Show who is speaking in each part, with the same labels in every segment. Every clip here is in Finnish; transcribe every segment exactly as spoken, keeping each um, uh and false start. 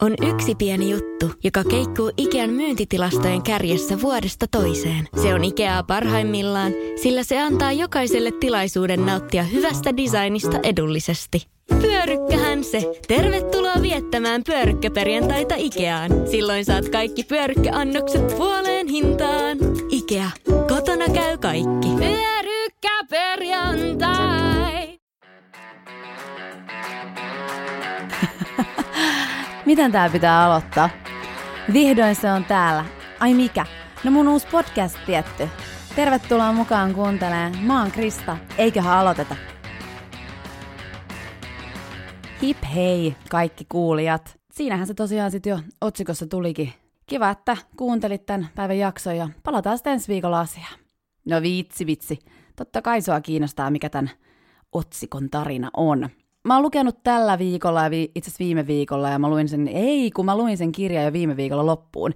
Speaker 1: on yksi pieni juttu, joka keikkuu Ikean myyntitilastojen kärjessä vuodesta toiseen. Se on Ikeaa parhaimmillaan, sillä se antaa jokaiselle tilaisuuden nauttia hyvästä designista edullisesti. Pyörykkähän se! Tervetuloa viettämään pyörykkäperjantaita Ikeaan. Silloin saat kaikki pyörykkäannokset puoleen hintaan. Ikea. Kotona käy kaikki. Pyörykkäperjantai!
Speaker 2: Miten tää pitää aloittaa? Vihdoin se on täällä. Ai mikä? No mun uusi podcast tietty. Tervetuloa mukaan kuuntelemaan. Mä oon Krista. Eiköhän aloiteta. Hip hei kaikki kuulijat. Siinähän se tosiaan sit jo otsikossa tulikin. Kiva, että kuuntelit tän päivän jakson ja palataan sitten ensi viikolla asiaan. No vitsi vitsi. Totta kai sua kiinnostaa mikä tän otsikon tarina on. Mä oon lukenut tällä viikolla ja vi- itse asiassa viime viikolla ja mä luin sen, ei kun mä luin sen kirjan jo viime viikolla loppuun.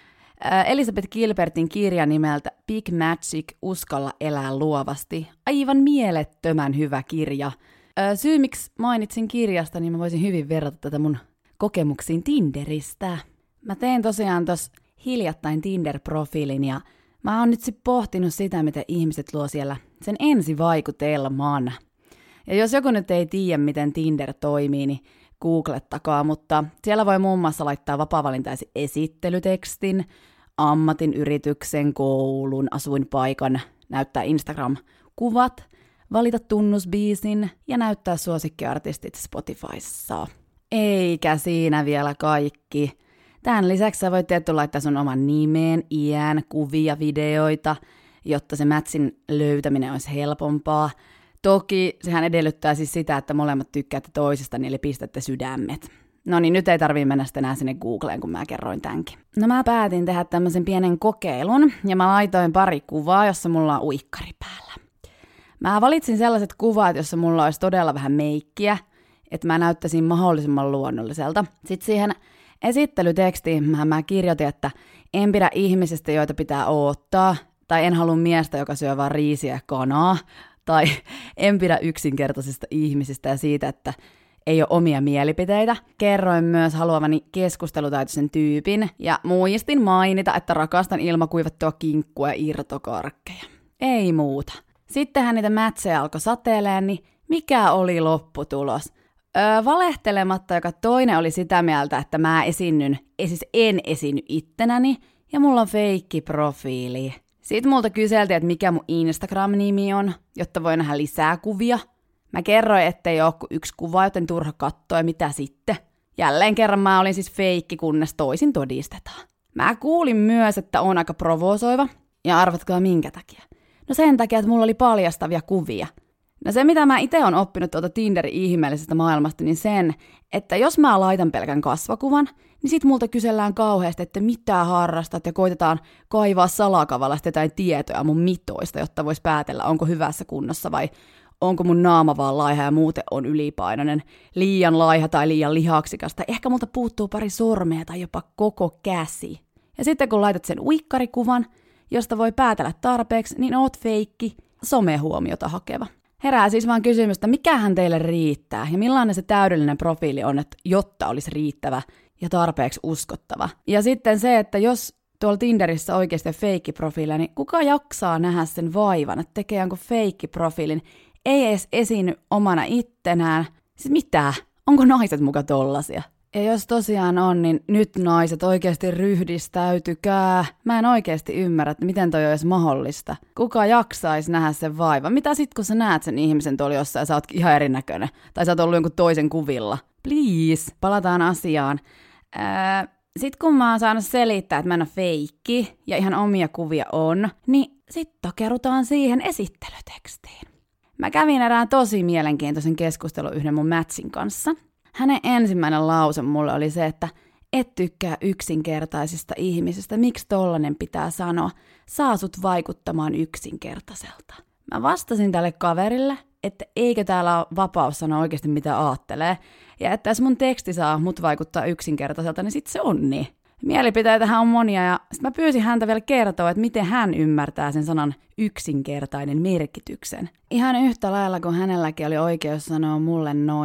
Speaker 2: Ää, Elizabeth Gilbertin kirja nimeltä Big Magic, uskalla elää luovasti. Aivan mielettömän hyvä kirja. Ää, syy miksi mainitsin kirjasta, niin mä voisin hyvin verrata tätä mun kokemuksiin Tinderistä. Mä tein tosiaan tossa hiljattain Tinder-profiilin ja mä oon nyt sit pohtinut sitä, miten ihmiset luo siellä sen ensivaikutelman. Ja jos joku nyt ei tiedä, miten Tinder toimii, niin googlettakaa, mutta siellä voi muun muassa laittaa vapaa-valintaisen esittelytekstin, ammatin, yrityksen, koulun, asuinpaikan, näyttää Instagram-kuvat, valita tunnusbiisin ja näyttää suosikkiartistit Spotifyssa. Eikä siinä vielä kaikki. Tämän lisäksi sä voit tietty laittaa sun oman nimeen, iän, kuvia, videoita, jotta se matchin löytäminen olisi helpompaa. Toki sehän edellyttää siis sitä, että molemmat tykkäätte toisistaan, eli pistätte sydämet. No niin, nyt ei tarvii mennä sitten enää sinne Googleen, kun mä kerroin tämänkin. No mä päätin tehdä tämmöisen pienen kokeilun, ja mä laitoin pari kuvaa, jossa mulla on uikkari päällä. Mä valitsin sellaiset kuvat, jossa mulla olisi todella vähän meikkiä, että mä näyttäisin mahdollisimman luonnolliselta. Sitten siihen esittelytekstiin mä, mä kirjoitin, että en pidä ihmisistä, joita pitää odottaa, tai en halua miestä, joka syö vaan riisiä ja kanaa, tai en pidä yksinkertaisista ihmisistä ja siitä, että ei ole omia mielipiteitä. Kerroin myös haluavani keskustelutaitoisen tyypin ja muistin mainita, että rakastan ilmakuivattua kinkkua ja irtokarkkeja. Ei muuta. Sittenhän niitä mätsejä alkoi sateilemaan, niin mikä oli lopputulos? Öö, valehtelematta, joka toinen oli sitä mieltä, että mä esiinnyn, siis en esiinny ittenäni ja mulla on feikkiprofiili. Sitten multa kyseltiin, että mikä mun Instagram-nimi on, jotta voi nähdä lisää kuvia. Mä kerroin, ettei ole kuin yksi kuva, joten turha katsoa ja mitä sitten. Jälleen kerran mä olin siis feikki, kunnes toisin todistetaan. Mä kuulin myös, että on aika provosoiva. Ja arvatkaa minkä takia. No sen takia, että mulla oli paljastavia kuvia. No se, mitä mä itse on oppinut tuolta Tinderin ihmeellisestä maailmasta, niin sen, että jos mä laitan pelkän kasvakuvan, niin sit multa kysellään kauheasti, että mitä harrastat ja koitetaan kaivaa salakavalasta jotain tietoja mun mitoista, jotta vois päätellä, onko hyvässä kunnossa vai onko mun naama vaan laiha ja muuten on ylipainoinen, liian laiha tai liian lihaksikas, tai ehkä multa puuttuu pari sormea tai jopa koko käsi. Ja sitten kun laitat sen uikkarikuvan, josta voi päätellä tarpeeksi, niin oot feikki, somehuomiota hakeva. Herää siis vaan kysymystä, mikähän teille riittää ja millainen se täydellinen profiili on, että jotta olisi riittävä ja tarpeeksi uskottava. Ja sitten se, että jos tuolla Tinderissä oikeasti on feikkiprofiilia, niin kuka jaksaa nähdä sen vaivan, että tekee jonkun feikkiprofiilin, ei edes esiinny omana ittenään. Siis mitä? Onko naiset muka tollasia? Ja jos tosiaan on, niin nyt naiset oikeasti ryhdistäytykää. Mä en oikeasti ymmärrä, että miten toi on edes mahdollista. Kuka jaksaisi nähdä sen vaivan? Mitä sit, kun sä näet sen ihmisen tuolla jossain ja sä oot ihan erinäköinen? Tai sä oot ollut jonkun toisen kuvilla? Please, palataan asiaan. Ää, sit kun mä oon saanut selittää, että mä en ole feikki ja ihan omia kuvia on, niin sit takerutaan siihen esittelytekstiin. Mä kävin erään tosi mielenkiintoisen keskustelun yhden mun matchin kanssa. Hänen ensimmäinen lause mulle oli se, että et tykkää yksinkertaisista ihmisistä, miksi tollanen pitää sanoa, saa sut vaikuttamaan yksinkertaiselta. Mä vastasin tälle kaverille, että eikö täällä ole vapaus sanoa oikeasti mitä aattelee, ja että jos mun teksti saa mut vaikuttaa yksinkertaiselta, niin sit se on niin. Mielipiteitähän on monia, ja sit mä pyysin häntä vielä kertoa, että miten hän ymmärtää sen sanan yksinkertainen merkityksen. Ihan yhtä lailla kuin hänelläkin oli oikeus sanoa mulle noin,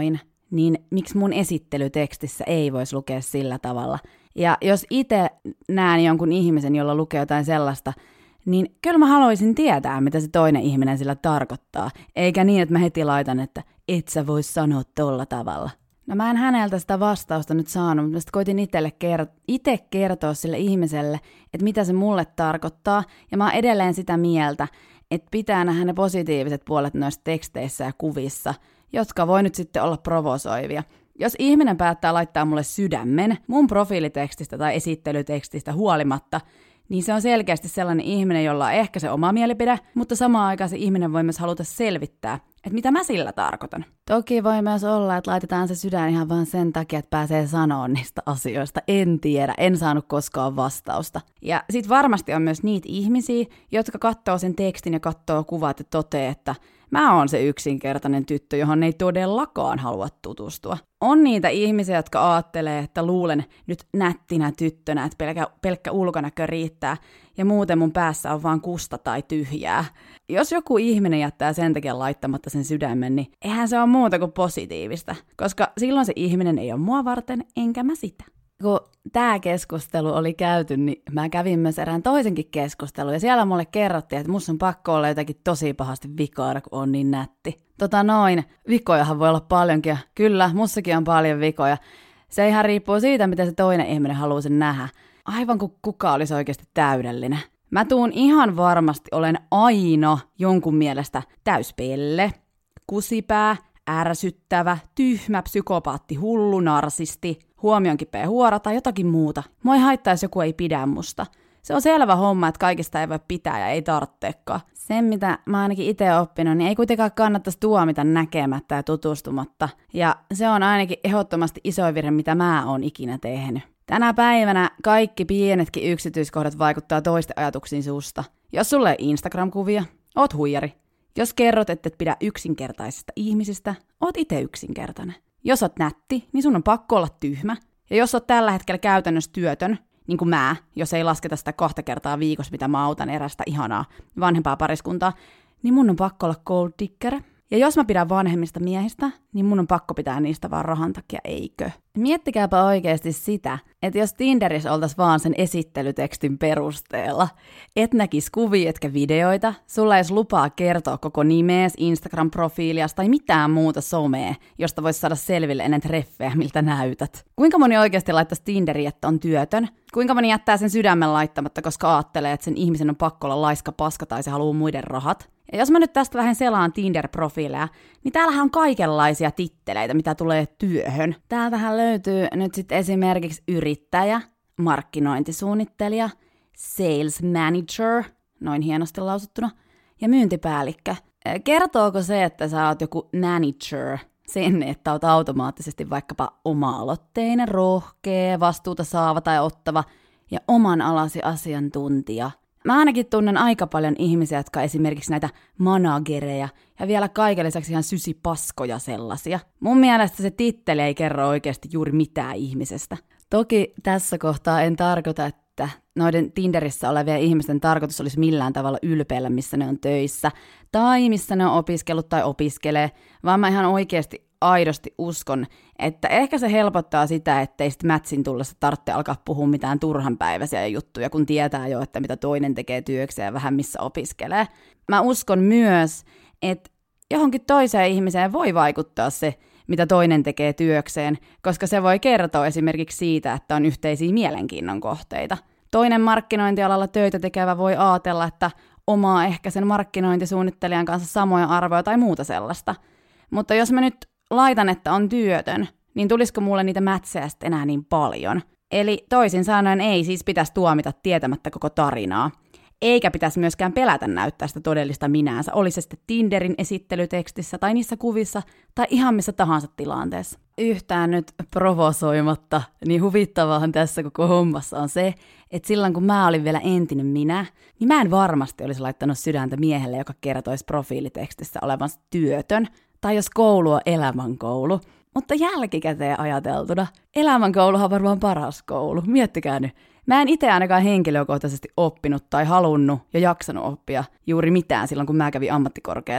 Speaker 2: niin miksi mun esittelytekstissä ei voisi lukea sillä tavalla? Ja jos itse näen jonkun ihmisen, jolla lukee jotain sellaista, niin kyllä mä haluaisin tietää, mitä se toinen ihminen sillä tarkoittaa. Eikä niin, että mä heti laitan, että et sä vois sanoa tolla tavalla. No mä en häneltä sitä vastausta nyt saanut, mutta koitin itselle kert- itse kertoa sille ihmiselle, että mitä se mulle tarkoittaa. Ja mä oon edelleen sitä mieltä, että pitää nähdä ne positiiviset puolet noissa teksteissä ja kuvissa, jotka voi nyt sitten olla provosoivia. Jos ihminen päättää laittaa mulle sydämen mun profiilitekstistä tai esittelytekstistä huolimatta, niin se on selkeästi sellainen ihminen, jolla on ehkä se oma mielipide, mutta samaan aikaan se ihminen voi myös haluta selvittää, että mitä mä sillä tarkoitan. Toki voi myös olla, että laitetaan se sydän ihan vaan sen takia, että pääsee sanoa niistä asioista. En tiedä, en saanut koskaan vastausta. Ja sit varmasti on myös niitä ihmisiä, jotka katsoo sen tekstin ja katsoo kuvat ja toteaa, että mä oon se yksinkertainen tyttö, johon ei todellakaan halua tutustua. On niitä ihmisiä, jotka ajattelee, että luulen nyt nättinä tyttönä, että pelkkä, pelkkä ulkonäkö riittää, ja muuten mun päässä on vaan kusta tai tyhjää. Jos joku ihminen jättää sen takia laittamatta sen sydämen, niin eihän se ole muuta kuin positiivista, koska silloin se ihminen ei ole mua varten, enkä mä sitä. Kun tämä keskustelu oli käyty, niin mä kävin myös erään toisenkin keskustelun, ja siellä mulle kerrottiin, että musta on pakko olla jotakin tosi pahasti vikaa, kun on niin nätti. Tota noin, vikojahan voi olla paljonkin, ja kyllä, mussakin on paljon vikoja. Se ihan riippuu siitä, miten se toinen ihminen haluaa sen nähdä. Aivan kuin kuka olisi oikeasti täydellinen. Mä tuun ihan varmasti olen aina jonkun mielestä täyspelle, kusipää, ärsyttävä, tyhmä, psykopaatti, hullu, narsisti, huomionkipeä huora tai jotakin muuta. Mua ei haittaa, jos joku ei pidä musta. Se on selvä homma, että kaikista ei voi pitää ja ei tarvitsekaan. Sen, mitä mä ainakin itse oppinut, niin ei kuitenkaan kannattaisi tuomita näkemättä ja tutustumatta. Ja se on ainakin ehdottomasti isoin virhe, mitä mä oon ikinä tehnyt. Tänä päivänä kaikki pienetkin yksityiskohdat vaikuttaa toisten ajatuksiin susta. Jos sulle ei Instagram-kuvia, oot huijari. Jos kerrot, että et pidä yksinkertaisista ihmisistä, oot itse yksinkertainen. Jos oot nätti, niin sun on pakko olla tyhmä. Ja jos oot tällä hetkellä käytännössä työtön, niin kuin mä, jos ei lasketa sitä kahta kertaa viikossa, mitä mä autan erästä ihanaa vanhempaa pariskuntaa, niin mun on pakko olla gold digger. Ja jos mä pidän vanhemmista miehistä, niin mun on pakko pitää niistä vaan rahan takia, eikö? Miettikääpä oikeasti sitä, että jos Tinderissä oltaisiin vaan sen esittelytekstin perusteella, et näkis kuvia etkä videoita, sulla ei edes lupaa kertoa koko nimees, Instagram-profiilias tai mitään muuta somea, josta voisi saada selville ennen treffejä, miltä näytät. Kuinka moni oikeasti laittaisi Tinderiin, että on työtön? Kuinka moni jättää sen sydämen laittamatta, koska ajattelee, että sen ihmisen on pakko olla laiska paska tai se haluaa muiden rahat? Ja jos mä nyt tästä vähän selaan Tinder-profiileja, niin täällähän on kaikenlaisia titteleitä, mitä tulee työhön. Täältähän löytyy nyt sitten esimerkiksi yrittäjä, markkinointisuunnittelija, sales manager, noin hienosti lausuttuna, ja myyntipäällikkö. Kertooko se, että sä oot joku manager, sen, että oot automaattisesti vaikkapa oma-aloitteinen, rohkea, vastuuta saava tai ottava ja oman alasi asiantuntija? Mä ainakin tunnen aika paljon ihmisiä, jotka esimerkiksi näitä managereja ja vielä kaiken lisäksi ihan sysipaskoja sellaisia. Mun mielestä se titteli ei kerro oikeasti juuri mitään ihmisestä. Toki tässä kohtaa en tarkoita, että noiden Tinderissä olevien ihmisten tarkoitus olisi millään tavalla ylpeillä, missä ne on töissä tai missä ne on opiskellut tai opiskelee, vaan mä ihan oikeasti aidosti uskon, että ehkä se helpottaa sitä, ettei sitten mätsin tullessa tarvitse alkaa puhua mitään turhanpäiväisiä juttuja, kun tietää jo, että mitä toinen tekee työkseen ja vähän missä opiskelee. Mä uskon myös, että johonkin toiseen ihmiseen voi vaikuttaa se, mitä toinen tekee työkseen, koska se voi kertoa esimerkiksi siitä, että on yhteisiä mielenkiinnon kohteita. Toinen markkinointialalla töitä tekevä voi ajatella, että omaa ehkä sen markkinointisuunnittelijan kanssa samoja arvoja tai muuta sellaista. Mutta jos mä nyt laitan, että on työtön, niin tulisiko mulle niitä mätsejä sitten enää niin paljon? Eli toisin sanoen ei siis pitäisi tuomita tietämättä koko tarinaa. Eikä pitäisi myöskään pelätä näyttää sitä todellista minäänsä, oli se sitten Tinderin esittelytekstissä tai niissä kuvissa tai ihan missä tahansa tilanteessa. Yhtään nyt provosoimatta, niin huvittavaahan tässä koko hommassa on se, että silloin kun mä olin vielä entinen minä, niin mä en varmasti olisi laittanut sydäntä miehelle, joka kertoisi profiilitekstissä olevansa työtön, tai jos koulu on elämänkoulu. Mutta jälkikäteen ajateltuna, elämänkouluhan on varmaan paras koulu, miettikää nyt. Mä en itse ainakaan henkilökohtaisesti oppinut tai halunnut ja jaksanut oppia juuri mitään silloin, kun mä kävin ammattikorkeata.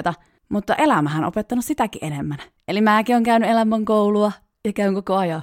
Speaker 2: Mutta elämähän on opettanut sitäkin enemmän. Eli mäkin on käynyt elämänkoulua ja käyn koko ajan.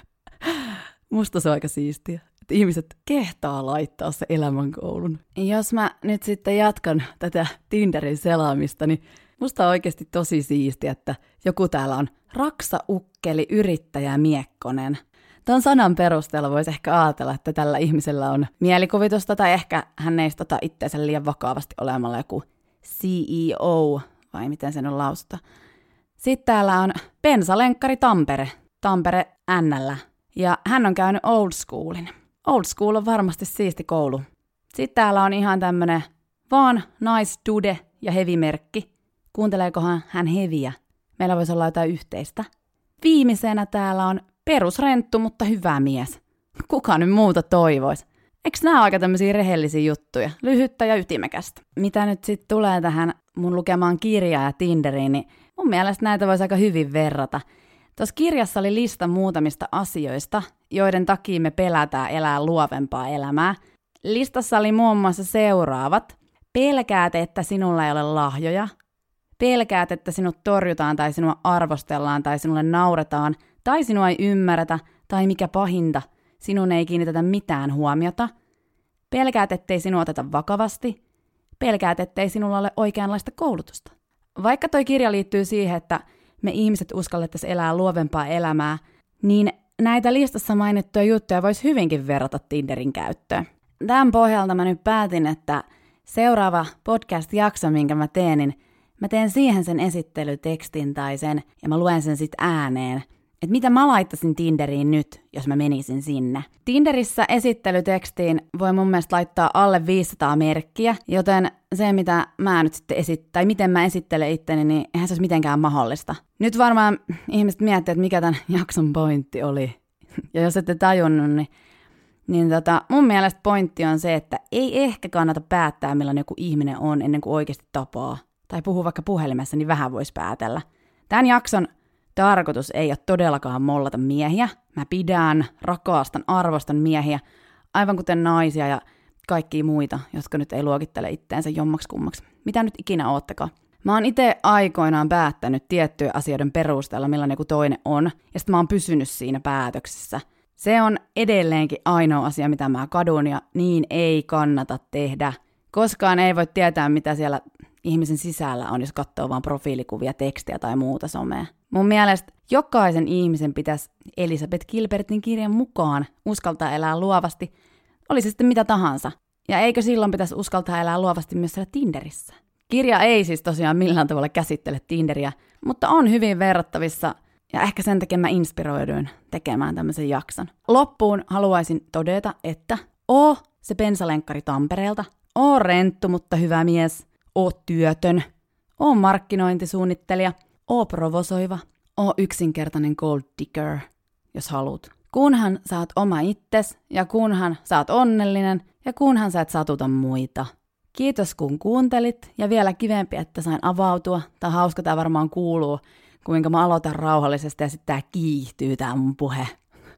Speaker 2: Musta se on aika siistiä, että ihmiset kehtaa laittaa se elämänkoulun. Jos mä nyt sitten jatkan tätä Tinderin selaamista, niin musta on oikeasti tosi siistiä, että joku täällä on raksaukkeli yrittäjä Miekkonen. Tuon sanan perusteella voisi ehkä ajatella, että tällä ihmisellä on mielikuvitusta tai ehkä hän ei tota itseänsä liian vakavasti olemalla joku C E O, vai miten sen on lausuta. Sitten täällä on Pensalenkari Tampere, Tampere N:llä, ja hän on käynyt Old Schoolin. Old School on varmasti siisti koulu. Sitten täällä on ihan tämmönen vaan nice dude ja heavy-merkki. Kuunteleekohan hän heviä? Meillä voisi olla jotain yhteistä. Viimeisenä täällä on perusrenttu, mutta hyvä mies. Kuka nyt muuta toivoisi? Eikö nämä ole aika tämmöisiä rehellisiä juttuja? Lyhyttä ja ytimekästä. Mitä nyt sitten tulee tähän mun lukemaan kirjaa ja Tinderiin, niin mun mielestä näitä voisi aika hyvin verrata. Tuossa kirjassa oli lista muutamista asioista, joiden takia me pelätään elää luovempaa elämää. Listassa oli muun muassa seuraavat. Pelkäät, että sinulla ei ole lahjoja. Pelkäät, että sinut torjutaan tai sinua arvostellaan tai sinulle nauretaan tai sinua ei ymmärretä tai mikä pahinta, sinun ei kiinnitetä mitään huomiota. Pelkäät, ettei sinua oteta vakavasti. Pelkäät, ettei sinulla ole oikeanlaista koulutusta. Vaikka toi kirja liittyy siihen, että me ihmiset uskallettaisiin elää luovempaa elämää, niin näitä listassa mainittuja juttuja voisi hyvinkin verrata Tinderin käyttöön. Tämän pohjalta mä nyt päätin, että seuraava podcast-jakso, minkä mä teen, niin mä teen siihen sen esittelytekstin tai sen, ja mä luen sen sitten ääneen, että mitä mä laittaisin Tinderiin nyt, jos mä menisin sinne. Tinderissä esittelytekstiin voi mun mielestä laittaa alle viisisataa merkkiä, joten se mitä mä nyt sitten esittän, tai miten mä esittelen itteni, niin eihän se olisi mitenkään mahdollista. Nyt varmaan ihmiset miettii, että mikä tämän jakson pointti oli. Ja jos ette tajunnut, niin, niin tota, mun mielestä pointti on se, että ei ehkä kannata päättää, millainen joku ihminen on ennen kuin oikeasti tapaa. Tai puhuu vaikka puhelimessa, niin vähän voisi päätellä. Tämän jakson tarkoitus ei ole todellakaan mollata miehiä. Mä pidän, rakastan, arvostan miehiä, aivan kuten naisia ja kaikkia muita, jotka nyt ei luokittele itteensä jommaksi kummaksi. Mitä nyt ikinä oottakaan. Mä oon itse aikoinaan päättänyt tiettyjen asioiden perusteella, millainen joku toinen on, ja sitten mä oon pysynyt siinä päätöksessä. Se on edelleenkin ainoa asia, mitä mä kadun, ja niin ei kannata tehdä. Koskaan ei voi tietää, mitä siellä ihmisen sisällä on, jos katsoo vaan profiilikuvia, tekstiä tai muuta somea. Mun mielestä jokaisen ihmisen pitäisi Elisabeth Gilbertin kirjan mukaan uskaltaa elää luovasti, oli se sitten mitä tahansa. Ja eikö silloin pitäisi uskaltaa elää luovasti myös siellä Tinderissä? Kirja ei siis tosiaan millään tavalla käsittele Tinderiä, mutta on hyvin verrattavissa ja ehkä sen takia mä inspiroiduin tekemään tämmöisen jakson. Loppuun haluaisin todeta, että oo se pensalenkkkari Tampereelta, oo renttu, mutta hyvä mies, oo työtön, oo markkinointisuunnittelija, oo provosoiva, oo yksinkertainen gold digger, jos haluat. Kunhan sä oot oma itses ja kunhan sä oot onnellinen ja kunhan sä et satuta muita. Kiitos kun kuuntelit ja vielä kivempi, että sain avautua. Tää hauska, tää varmaan kuuluu, kuinka mä aloitan rauhallisesti ja sitten tää kiihtyy tää mun puhe.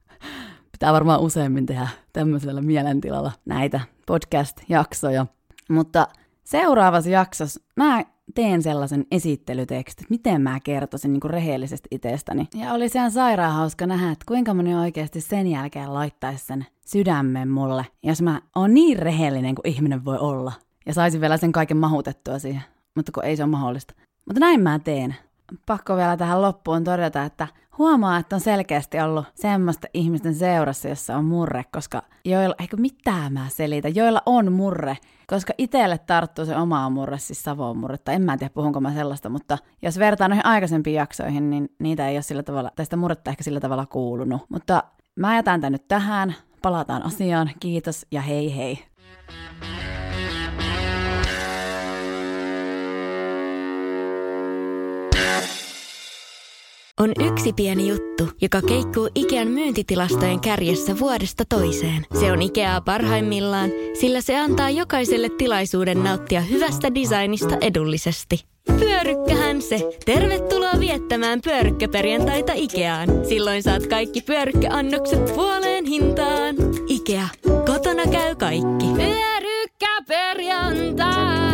Speaker 2: Pitää varmaan useammin tehdä tämmöisellä mielentilalla näitä podcast-jaksoja. Mutta seuraavassa jaksossa mä teen sellaisen esittelytekstin, että miten mä kertoisin niin kuin rehellisesti itsestäni. Ja oli ihan sairaan hauska nähdä, että kuinka moni oikeasti sen jälkeen laittaisi sen sydämen mulle, jos mä oon niin rehellinen kuin ihminen voi olla. Ja saisin vielä sen kaiken mahutettua siihen, mutta kun ei se ole mahdollista. Mutta näin mä teen. Pakko vielä tähän loppuun todeta, että huomaa, että on selkeästi ollut semmoista ihmisten seurassa, jossa on murre, koska joilla, eikö mitään mä selitä, joilla on murre, koska itselle tarttuu se oma murre, siis Savon murre, tai en mä tiedä puhunko mä sellaista, mutta jos vertaan noihin aikaisempiin jaksoihin, niin niitä ei ole sillä tavalla, tai sitä murretta ehkä sillä tavalla kuulunut. Mutta mä jätän tän nyt tähän, palataan asiaan, kiitos ja hei hei.
Speaker 1: On yksi pieni juttu, joka keikkuu Ikean myyntitilastojen kärjessä vuodesta toiseen. Se on Ikeaa parhaimmillaan, sillä se antaa jokaiselle tilaisuuden nauttia hyvästä designista edullisesti. Pyörykkähän se! Tervetuloa viettämään pyörykkäperjantaita Ikeaan. Silloin saat kaikki pyörykkäannokset puoleen hintaan. Ikea, kotona käy kaikki. Pyörykkäperjantai!